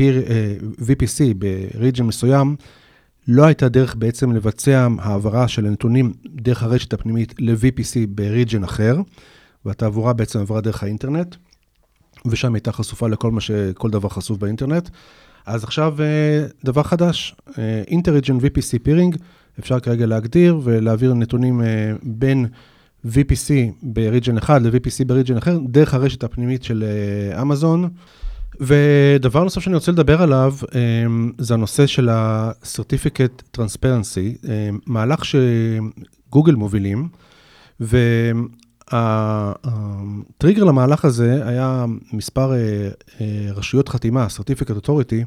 VPC בריג'ן מסוים, לא הייתה דרך בעצם לבצע העברה של הנתונים דרך הרשת הפנימית ל-VPC בריג'ן אחר, והתעבורה בעצם עברה דרך האינטרנט, ושם הייתה חשופה כל דבר חשוף באינטרנט. אז עכשיו דבר חדש, Inter-Region VPC Peering, אפשר כרגע להגדיר ולהעביר נתונים בין VPC בריג'ן אחד ל-VPC בריג'ן אחר, דרך הרשת הפנימית של אמזון. ודבר נוסף שאני רוצה לדבר עליו, זה הנושא של ה-Certificate Transparency, מהלך שגוגל מובילים, והטריגר למהלך הזה היה מספר רשויות חתימה, Certificate Authority,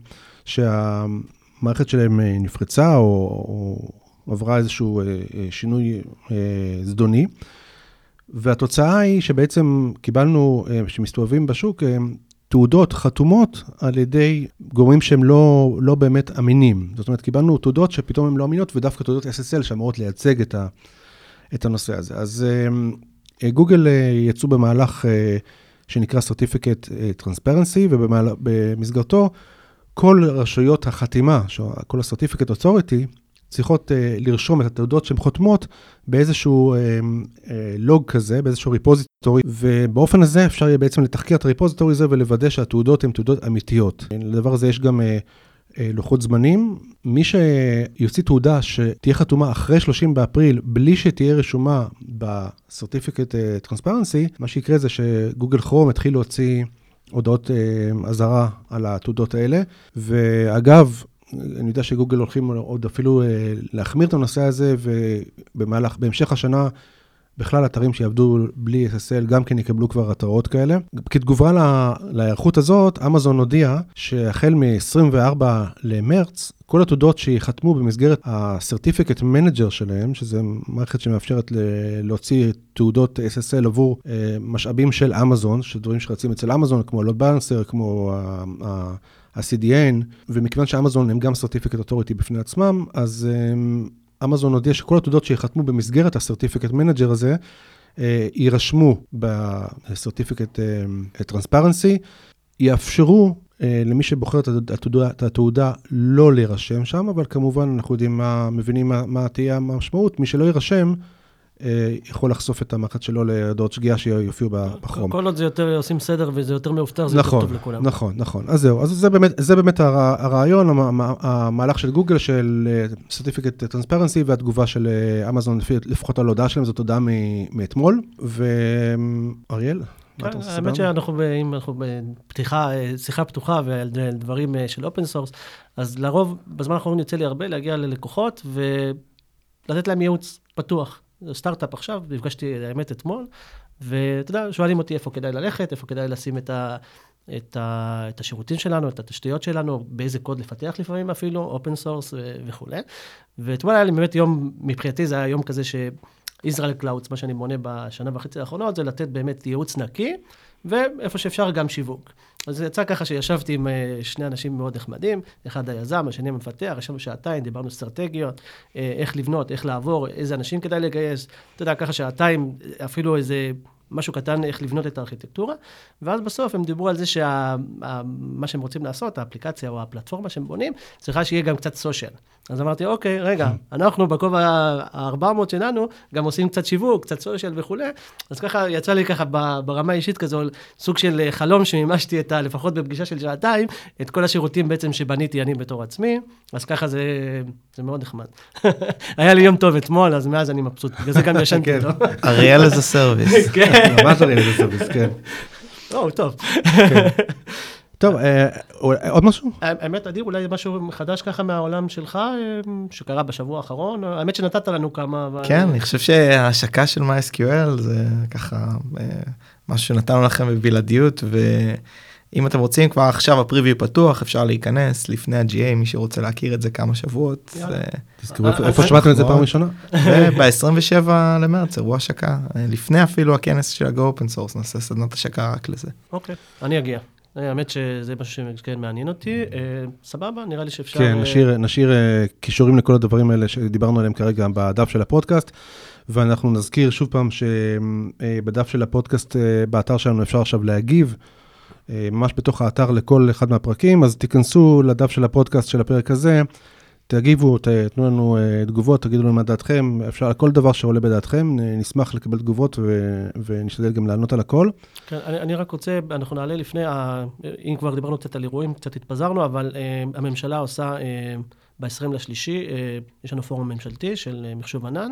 שהמערכת שלהם נפרצה או עברה איזשהו שינוי זדוני, והתוצאה היא שבעצם קיבלנו, שמסתובבים בשוק, תעודות חתומות על ידי גורמים שהם לא באמת אמינים. זאת אומרת, קיבלנו תעודות שפתאום הן לא אמינות, ודווקא תעודות SSL שאמורות לייצג את הנושא הזה. אז גוגל יצאו במהלך שנקרא Certificate Transparency, ובמסגרתו כל רשויות החתימה, כל ה-Certificate Authority, צריכות לרשום את התעודות שהן חותמות באיזשהו לוג כזה, באיזשהו ריפוזיטורי, ובאופן הזה אפשר יהיה בעצם לתחקר את הריפוזיטורי הזה ולוודא שהתעודות הן תעודות אמיתיות. לדבר הזה יש גם לוחות זמנים. מי שיוציא תעודה שתהיה חתומה אחרי 30 באפריל, בלי שתהיה רשומה ב-Certificate Transparency, מה שיקרה זה שגוגל כרום התחיל להוציא הודעות אזהרה על התעודות האלה, ואגב, אני יודע שגוגל הולכים עוד אפילו להחמיר את הנושא הזה, ובהמשך השנה, בכלל אתרים שיעבדו בלי SSL, גם כן יקבלו כבר התראות כאלה. כתגובה להיערכות הזאת, אמזון הודיע שהחל מ-24 למרץ, כל התעודות שיחתמו במסגרת ה-Certificate Manager שלהם, שזה מערכת שמאפשרת להוציא תעודות SSL עבור משאבים של אמזון, שדברים שרצים אצל אמזון, כמו Load Balancer, כמו ה-CDN, ומכיוון שאמזון הם גם Certificate Authority בפני עצמם, אז אמזון הודיע שכל התעודות שיחתמו במסגרת ה-Certificate Manager הזה, יירשמו ב-Certificate Transparency, יאפשרו למי שבוחר את התעודה לא להירשם שם, אבל כמובן אנחנו מבינים מה תהיה המשמעות, מי שלא יירשם, יכול לחשוף את המערכת שלו להודעות שגיאה שיופיעו בחום. כל עוד זה יותר עושים סדר וזה יותר מאובטח, זה יותר טוב לכולם. נכון. אז זהו, אז זה באמת הרעיון, המהלך של גוגל, של Certificate Transparency, והתגובה של אמזון, לפחות על ההודעה שלהם, זאת הודעה מאתמול, ואריאל? האמת שאנחנו בפתיחה, שיחה פתוחה ועל דברים של אופן סורס, אז לרוב, בזמן האחרון יוצא לי הרבה להגיע ללקוחות ולתת להם ייעוץ פתוח. סטארט-אפ עכשיו, נפגשתי האמת אתמול, ואתה יודע, שואלים אותי איפה כדאי ללכת, איפה כדאי לשים את השירותים שלנו, את התשתיות שלנו, באיזה קוד לפתח לפעמים אפילו, אופן סורס וכו'. ואתמול היה לי באמת יום, מבחינתי זה היה יום כזה שישראל קלאודס, מה שאני מונה בשנה וחצי האחרונות, זה לתת באמת ייעוץ נקי, ואיפה שאפשר גם שיווק. אז זה יצא ככה שישבתי עם שני אנשים מאוד נחמדים, אחד היזם, השני המפתח, ישבנו שעתיים, דיברנו אסטרטגיות, איך לבנות, איך לעבור, איזה אנשים כדאי לגייס, אתה יודע, ככה שעתיים, אפילו איזה משהו קטן, איך לבנות את הארכיטקטורה, ואז בסוף הם דיברו על זה מה שהם רוצים לעשות, האפליקציה או הפלטפורמה שהם בונים, צריכה שיהיה גם קצת סושיאל. אז אמרתי, אוקיי, רגע, אנחנו בכובע ה-400 שלנו, גם עושים קצת שיווק, קצת סושיאל וכו'. אז ככה, יצא לי ככה ברמה האישית כזו, סוג של חלום שמימשתי לפחות בפגישה של שעתיים, את כל השירותים בעצם שבניתי אני בתור עצמי, אז ככה זה מאוד נחמד. היה לי יום טוב אתמול, אז מאז אני מבסוט, בגלל זה גם ישנתי טוב. אריאל as a service. כן. ממש אריאל as a service, כן. טוב. טוב, עוד משהו? האמת, אדיר, אולי משהו חדש ככה מהעולם שלך, שקרה בשבוע האחרון, האמת שנתת לנו כמה... כן, אני חושב שההשקה של MySQL זה ככה משהו שנתנו לכם בבלעדיות, ואם אתם רוצים, כבר עכשיו הפריוויו פתוח, אפשר להיכנס לפני ה-GA, מי שרוצה להכיר את זה כמה שבועות. תזכרו, איפה שמעתם את זה פעם ראשונה? וב-27 למרץ, אירוע השקה, לפני אפילו הכנס של ה-Go Open Source, נעשה סדנת השקה רק לזה. אוקיי, אני אגיע. האמת שזה משהו שכן מעניין אותי, סבבה, נראה לי שאפשר... כן, נשאיר קישורים לכל הדברים האלה שדיברנו עליהם כרגע בדף של הפודקאסט, ואנחנו נזכיר שוב פעם שבדף של הפודקאסט, באתר שלנו אפשר עכשיו להגיב, ממש בתוך האתר לכל אחד מהפרקים, אז תיכנסו לדף של הפודקאסט של הפרק הזה, תגיבו, תתנו לנו תגובות, תגידו לנו מה דעתכם, אפשר על כל דבר שעולה בדעתכם, נשמח לקבל תגובות ונשתדל גם לענות על הכל. כן, אני רק רוצה, אנחנו נעלה לפני, אם כבר דיברנו קצת על אירועים, קצת התפזרנו, אבל הממשלה עושה ב-20 לשלישי, יש לנו פורום ממשלתי של מחשוב ענן,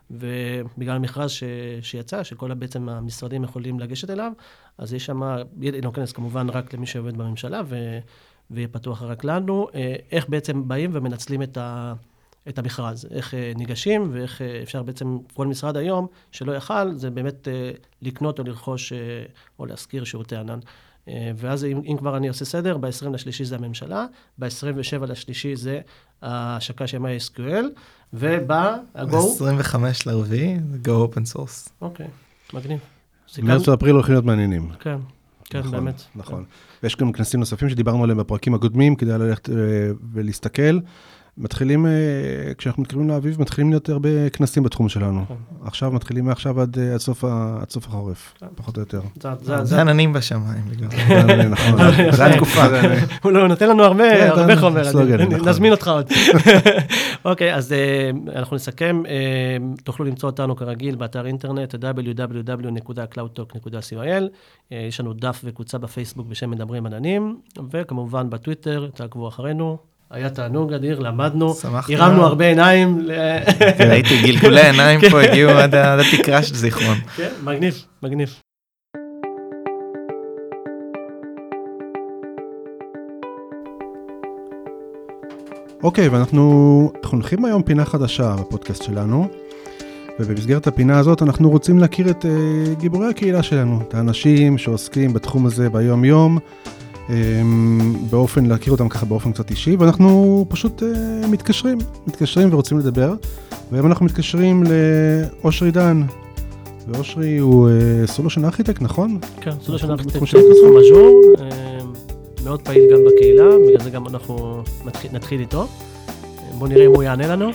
ובגלל המכרז שיצא, שכל בעצם המשרדים יכולים לגשת אליו, אז יש שם, לא כנס כמובן רק למי שעובד בממשלה, ויהיה פתוח רק לנו, איך בעצם באים ומנצלים את המכרז, איך ניגשים ואיך אפשר בעצם, כל משרד היום שלא יכל, זה באמת לקנות או לרכוש או להשכיר שירותי ענן. ואז אם כבר אני עושה סדר, ב-20 לשלישי זה הממשלה, ב-27 לשלישי זה ההשקה של MySQL, ובא ה-Go. 25 לרביעי, זה Go Open Source. אוקיי, מגניב. מרץ ואפריל הולכים להיות מעניינים. כן, כן, באמת. נכון. ויש גם כנסים נוספים שדיברנו עליהם בפרקים הקודמים, כדי ללכת ולהסתכל. מתחילים, כשאנחנו מתקרבים לאביב, מתחילים להיות הרבה כנסים בתחום שלנו. עכשיו מתחילים מעכשיו עד סוף החורף, פחות או יותר. זה עננים בשמיים. נכון. זה התקופה. הוא נותן לנו הרבה חומר, נזמין אותך עוד. אוקיי, אז אנחנו נסכם, תוכלו למצוא אותנו כרגיל באתר אינטרנט, www.cloudtalk.co.il, יש לנו דף וקבוצה בפייסבוק בשם מדברים עננים, וכמובן בטוויטר, תעקבו אחרינו. היה תענוג אדיר, למדנו, הרמנו הרבה עיניים. ראיתי גלגולי עיניים פה, הגיעו עד התקרה של זיכרון. כן, מגניב, מגניב. אוקיי, ואנחנו הולכים היום פינה חדשה בפודקאסט שלנו, ובמסגרת הפינה הזאת אנחנו רוצים להכיר את גיבורי הקהילה שלנו, את האנשים שעוסקים בתחום הזה ביום יום, להכיר אותם ככה באופן קצת אישי, ואנחנו פשוט מתקשרים ורוצים לדבר, והיום אנחנו מתקשרים לאושרי דן, ואושרי הוא סולושן ארכיטקט, נכון? כן, סולושן ארכיטקט של תחום אז'ור, מאוד פעיל גם בקהילה, בגלל זה גם אנחנו נתחיל איתו. בואו נראה אם הוא יענה לנו.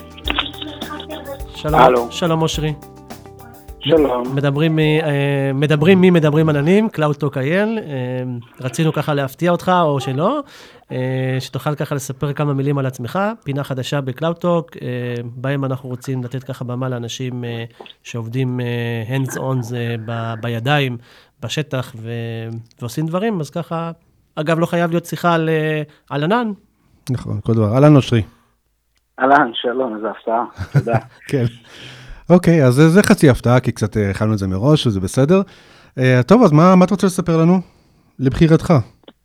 שלום אושרי. שלום. מדברים עננים, CloudTalk.il, רצינו ככה להפתיע אותך או שלא, שתוכל ככה לספר כמה מילים על עצמך, פינה חדשה ב-CloudTalk, בהם אנחנו רוצים לתת ככה במה לאנשים שעובדים hands on בידיים, בשטח ועושים דברים, אז ככה, אגב לא חייב להיות שיחה על ענן. נכון, כל דבר. אהלן אושרי. אהלן, שלום, איזה הפתעה, תודה. כן. אוקיי, אז זה חצי הפתעה, כי קצת הכנו את זה מראש, וזה בסדר. טוב, אז מה אתה רוצה לספר לנו? לבחירתך.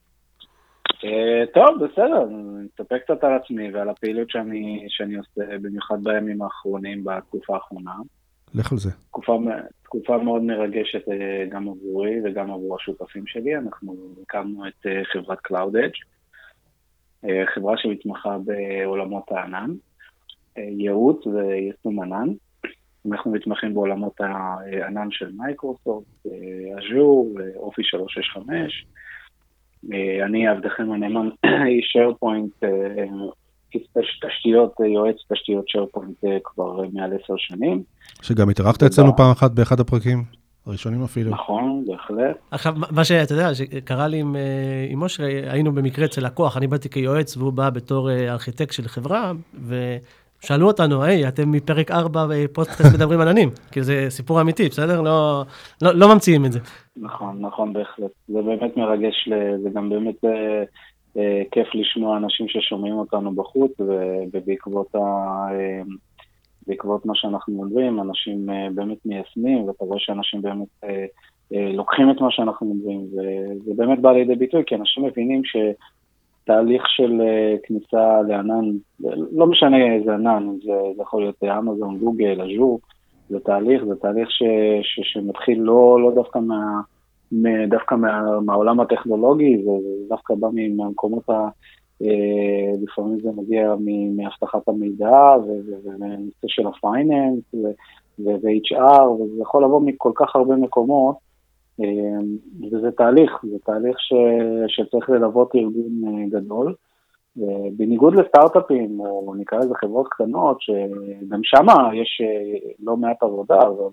טוב, בסדר. אני אספר קצת על עצמי ועל הפעילות שאני עושה, במיוחד בימים האחרונים, בתקופה האחרונה. לך על זה. תקופה מאוד מרגשת גם עבורי וגם עבור השותפים שלי. אנחנו הקמנו את חברת CloudEdge, חברה שמתמחה בעולמות הענן, ייעוץ ויישום ענן. אנחנו מתמחים בעולמות הענן של מייקרוסופט, אז'ור, אופי 365. אני עבדכם הנאמן SharePoint, יועץ תשתיות SharePoint כבר מעל 10 שנים. שגם התארחת אצלנו פעם אחת באחד הפרקים, הראשונים אפילו. נכון, בהחלט. עכשיו, מה שאתה יודע, שקרה לי עם אושרי, היינו במקרה אצל לקוח, אני באתי כיועץ והוא בא בתור ארכיטקט של חברה, שאלו אותנו, היי, אתם מפרק 4 בפודקאסט מדברים עננים, כי זה סיפור אמיתי, בסדר? לא ממציאים את זה. נכון, בהחלט. זה באמת מרגש, זה גם באמת כיף לשמוע אנשים ששומעים אותנו בחוץ, ובעקבות מה שאנחנו מדברים, אנשים באמת מיישמים, ואתה רואה שאנשים באמת לוקחים את מה שאנחנו מדברים, וזה באמת בא לידי ביטוי, כי אנשים מבינים תהליך של כניסה לענן, לא משנה איזה ענן, זה יכול להיות אמזון, גוגל, אז'ור, זה תהליך שמתחיל לא דווקא מהעולם הטכנולוגי, זה דווקא בא מהמקומות, לפעמים זה מגיע מהבטחת המידע, ונושא של הפייננס, ו-HR, וזה יכול לבוא מכל כך הרבה מקומות, וזה תהליך שצריך ללוות ארגון גדול, בניגוד לסטארט-אפים, או נקרא לזה חברות קטנות, שגם שמה יש לא מעט עבודה, אבל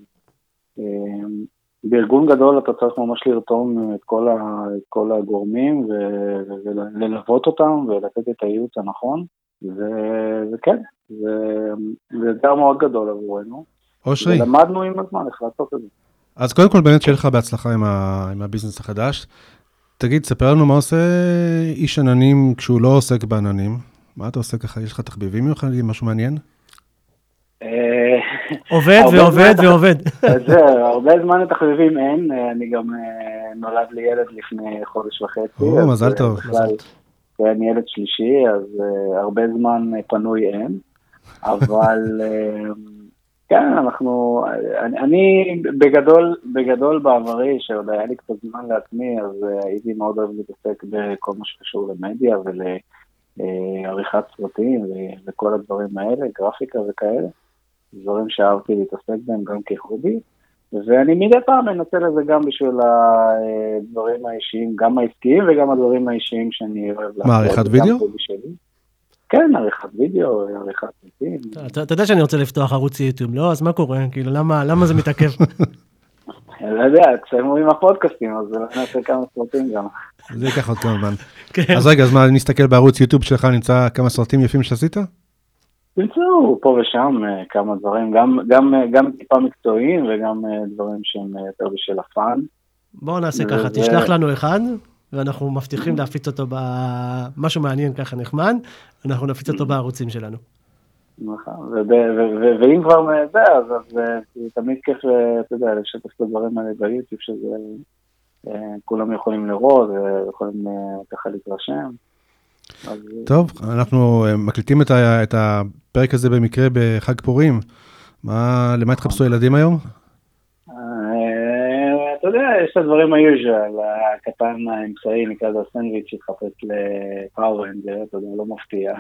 בארגון גדול אתה צריך ממש לרתום את כל הגורמים, וללוות אותם, ולתת את הייעוץ הנכון, וכן, זה אתגר מאוד גדול עבורנו. אושרי. ולמדנו עם הזמן איך לעשות את זה. אז קודם כל באמת שיהיה לך בהצלחה עם הביזנס החדש. תגיד, ספר לנו מה עושה איש עננים כשהוא לא עוסק בעננים. מה אתה עושה ככה? יש לך תחביבים מיוחדים, משהו מעניין? עובד ועובד ועובד. זהו, הרבה זמן לתחביבים אין, אני גם נולד לי ילד לפני חודש וחצי. מזל טוב. ואני ילד שלישי, אז הרבה זמן פנוי אין, אבל כן, אני בגדול בעברי, שעוד היה לי קצת זמן לעצמי, אז הייתי מאוד אוהב להתעסק בכל מה שקשור למדיה ולעריכת סרטים וכל הדברים האלה, גרפיקה וכאלה, דברים שאהבתי להתעסק בהם גם כחובי, ואני מדי פעם מנצל לזה גם בשביל הדברים האישיים, גם העסקיים וגם הדברים האישיים שאני אוהב לעשות. מה, עריכת וידאו? כן, עריכת וידאו, עריכת סרטים. אתה יודע שאני רוצה לפתוח ערוץ יוטיוב, לא? אז מה קורה? כאילו, למה זה מתעכב? לא יודע, כשאנחנו עם הפודקאסטים, אז נעשה כמה סרטים גם. זה ייקח עוד כמה זמן. אז רגע, אז מה, נסתכל בערוץ יוטיוב שלך, נמצא כמה סרטים יפים שעשית? נמצאו פה ושם כמה דברים, גם טיפה מקצועיים וגם דברים שהם יותר בשביל הפן. בואו נעשה ככה, תשלח לנו אחד, ואנחנו מבטיחים להפיץ אותו במשהו מעניין ככה נחמד, אנחנו נפיץ אותו בערוצים שלנו. נכון, ואם כבר זה, אז זה תמיד כיף, אתה יודע, לשתף את הדברים האלה ביוטיוב, שזה כולם יכולים לראות, ויכולים ככה להתרשם. טוב, אנחנו מקליטים את הפרק הזה במקרה בחג פורים. למה התחפשו ילדים היום? אתה יודע, יש את הדברים היוז'ל, הקטן האמצעי, נקרא זה הסנדוויץ' שהתחפש לפאורנג'ר, אתה יודע, לא מפתיע.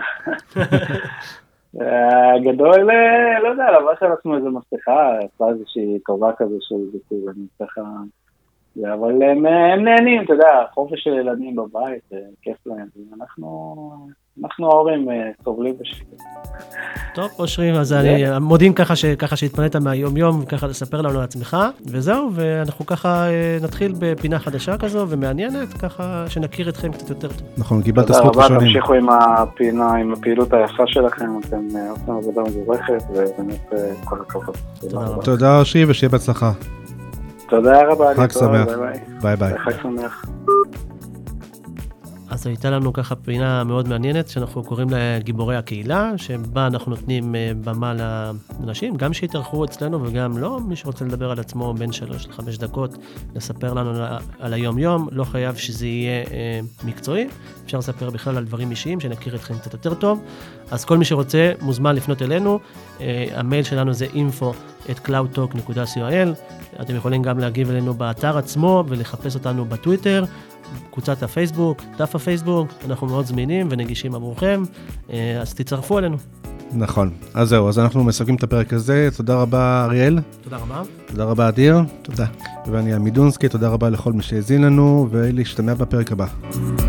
הגדול, לא יודע, לבש על עצמו איזו מסכה, עשה איזושהי טובה כזו של ביטור, אני צריך... אבל הם נהנים, אתה יודע, חופש של ילדים בבית, כיף להם, אנחנו ההורים סובלים בשקט. טוב, אושרי, אז אני מודים ככה שהתפנית מהיום יום, ככה לספר לנו על עצמך, וזהו, ואנחנו ככה נתחיל בפינה חדשה כזו ומעניינת, ככה שנכיר אתכם קצת יותר טוב. נכון, קיבלת זכות ראשונים. תמשיכו עם הפינה, עם הפעילות היפה שלכם, אתם עושים עבודה מבורכת, ובאמת כל הכבוד. תודה אושרי, ושיהיה בהצלחה. תודה רבה. חג שמח. ביי ביי. חג שמח. אז הייתה לנו ככה פינה מאוד מעניינת, שאנחנו קוראים לה גיבורי הקהילה, שבה אנחנו נותנים במה לאנשים, גם שהתארחו אצלנו וגם לא, מי שרוצה לדבר על עצמו בין 3 ל-5 דקות, לספר לנו על היום-יום, לא חייב שזה יהיה מקצועי, אפשר לספר בכלל על דברים אישיים, שנכיר אתכם קצת יותר טוב, אז כל מי שרוצה מוזמן לפנות אלינו, המייל שלנו זה info@cloudtalk.co.il, אתם יכולים גם להגיב אלינו באתר עצמו, ולחפש אותנו בטוויטר, קבוצת הפייסבוק, דף הפייסבוק, אנחנו מאוד זמינים ונגישים עבורכם, אז תצטרפו אלינו. נכון, אז זהו, אז אנחנו מסכמים את הפרק הזה, תודה רבה אריאל. תודה רבה. תודה רבה אדיר. תודה. ואני עמידונסקי, תודה רבה לכל מי שהאזין לנו, ולהשתמע בפרק הבא.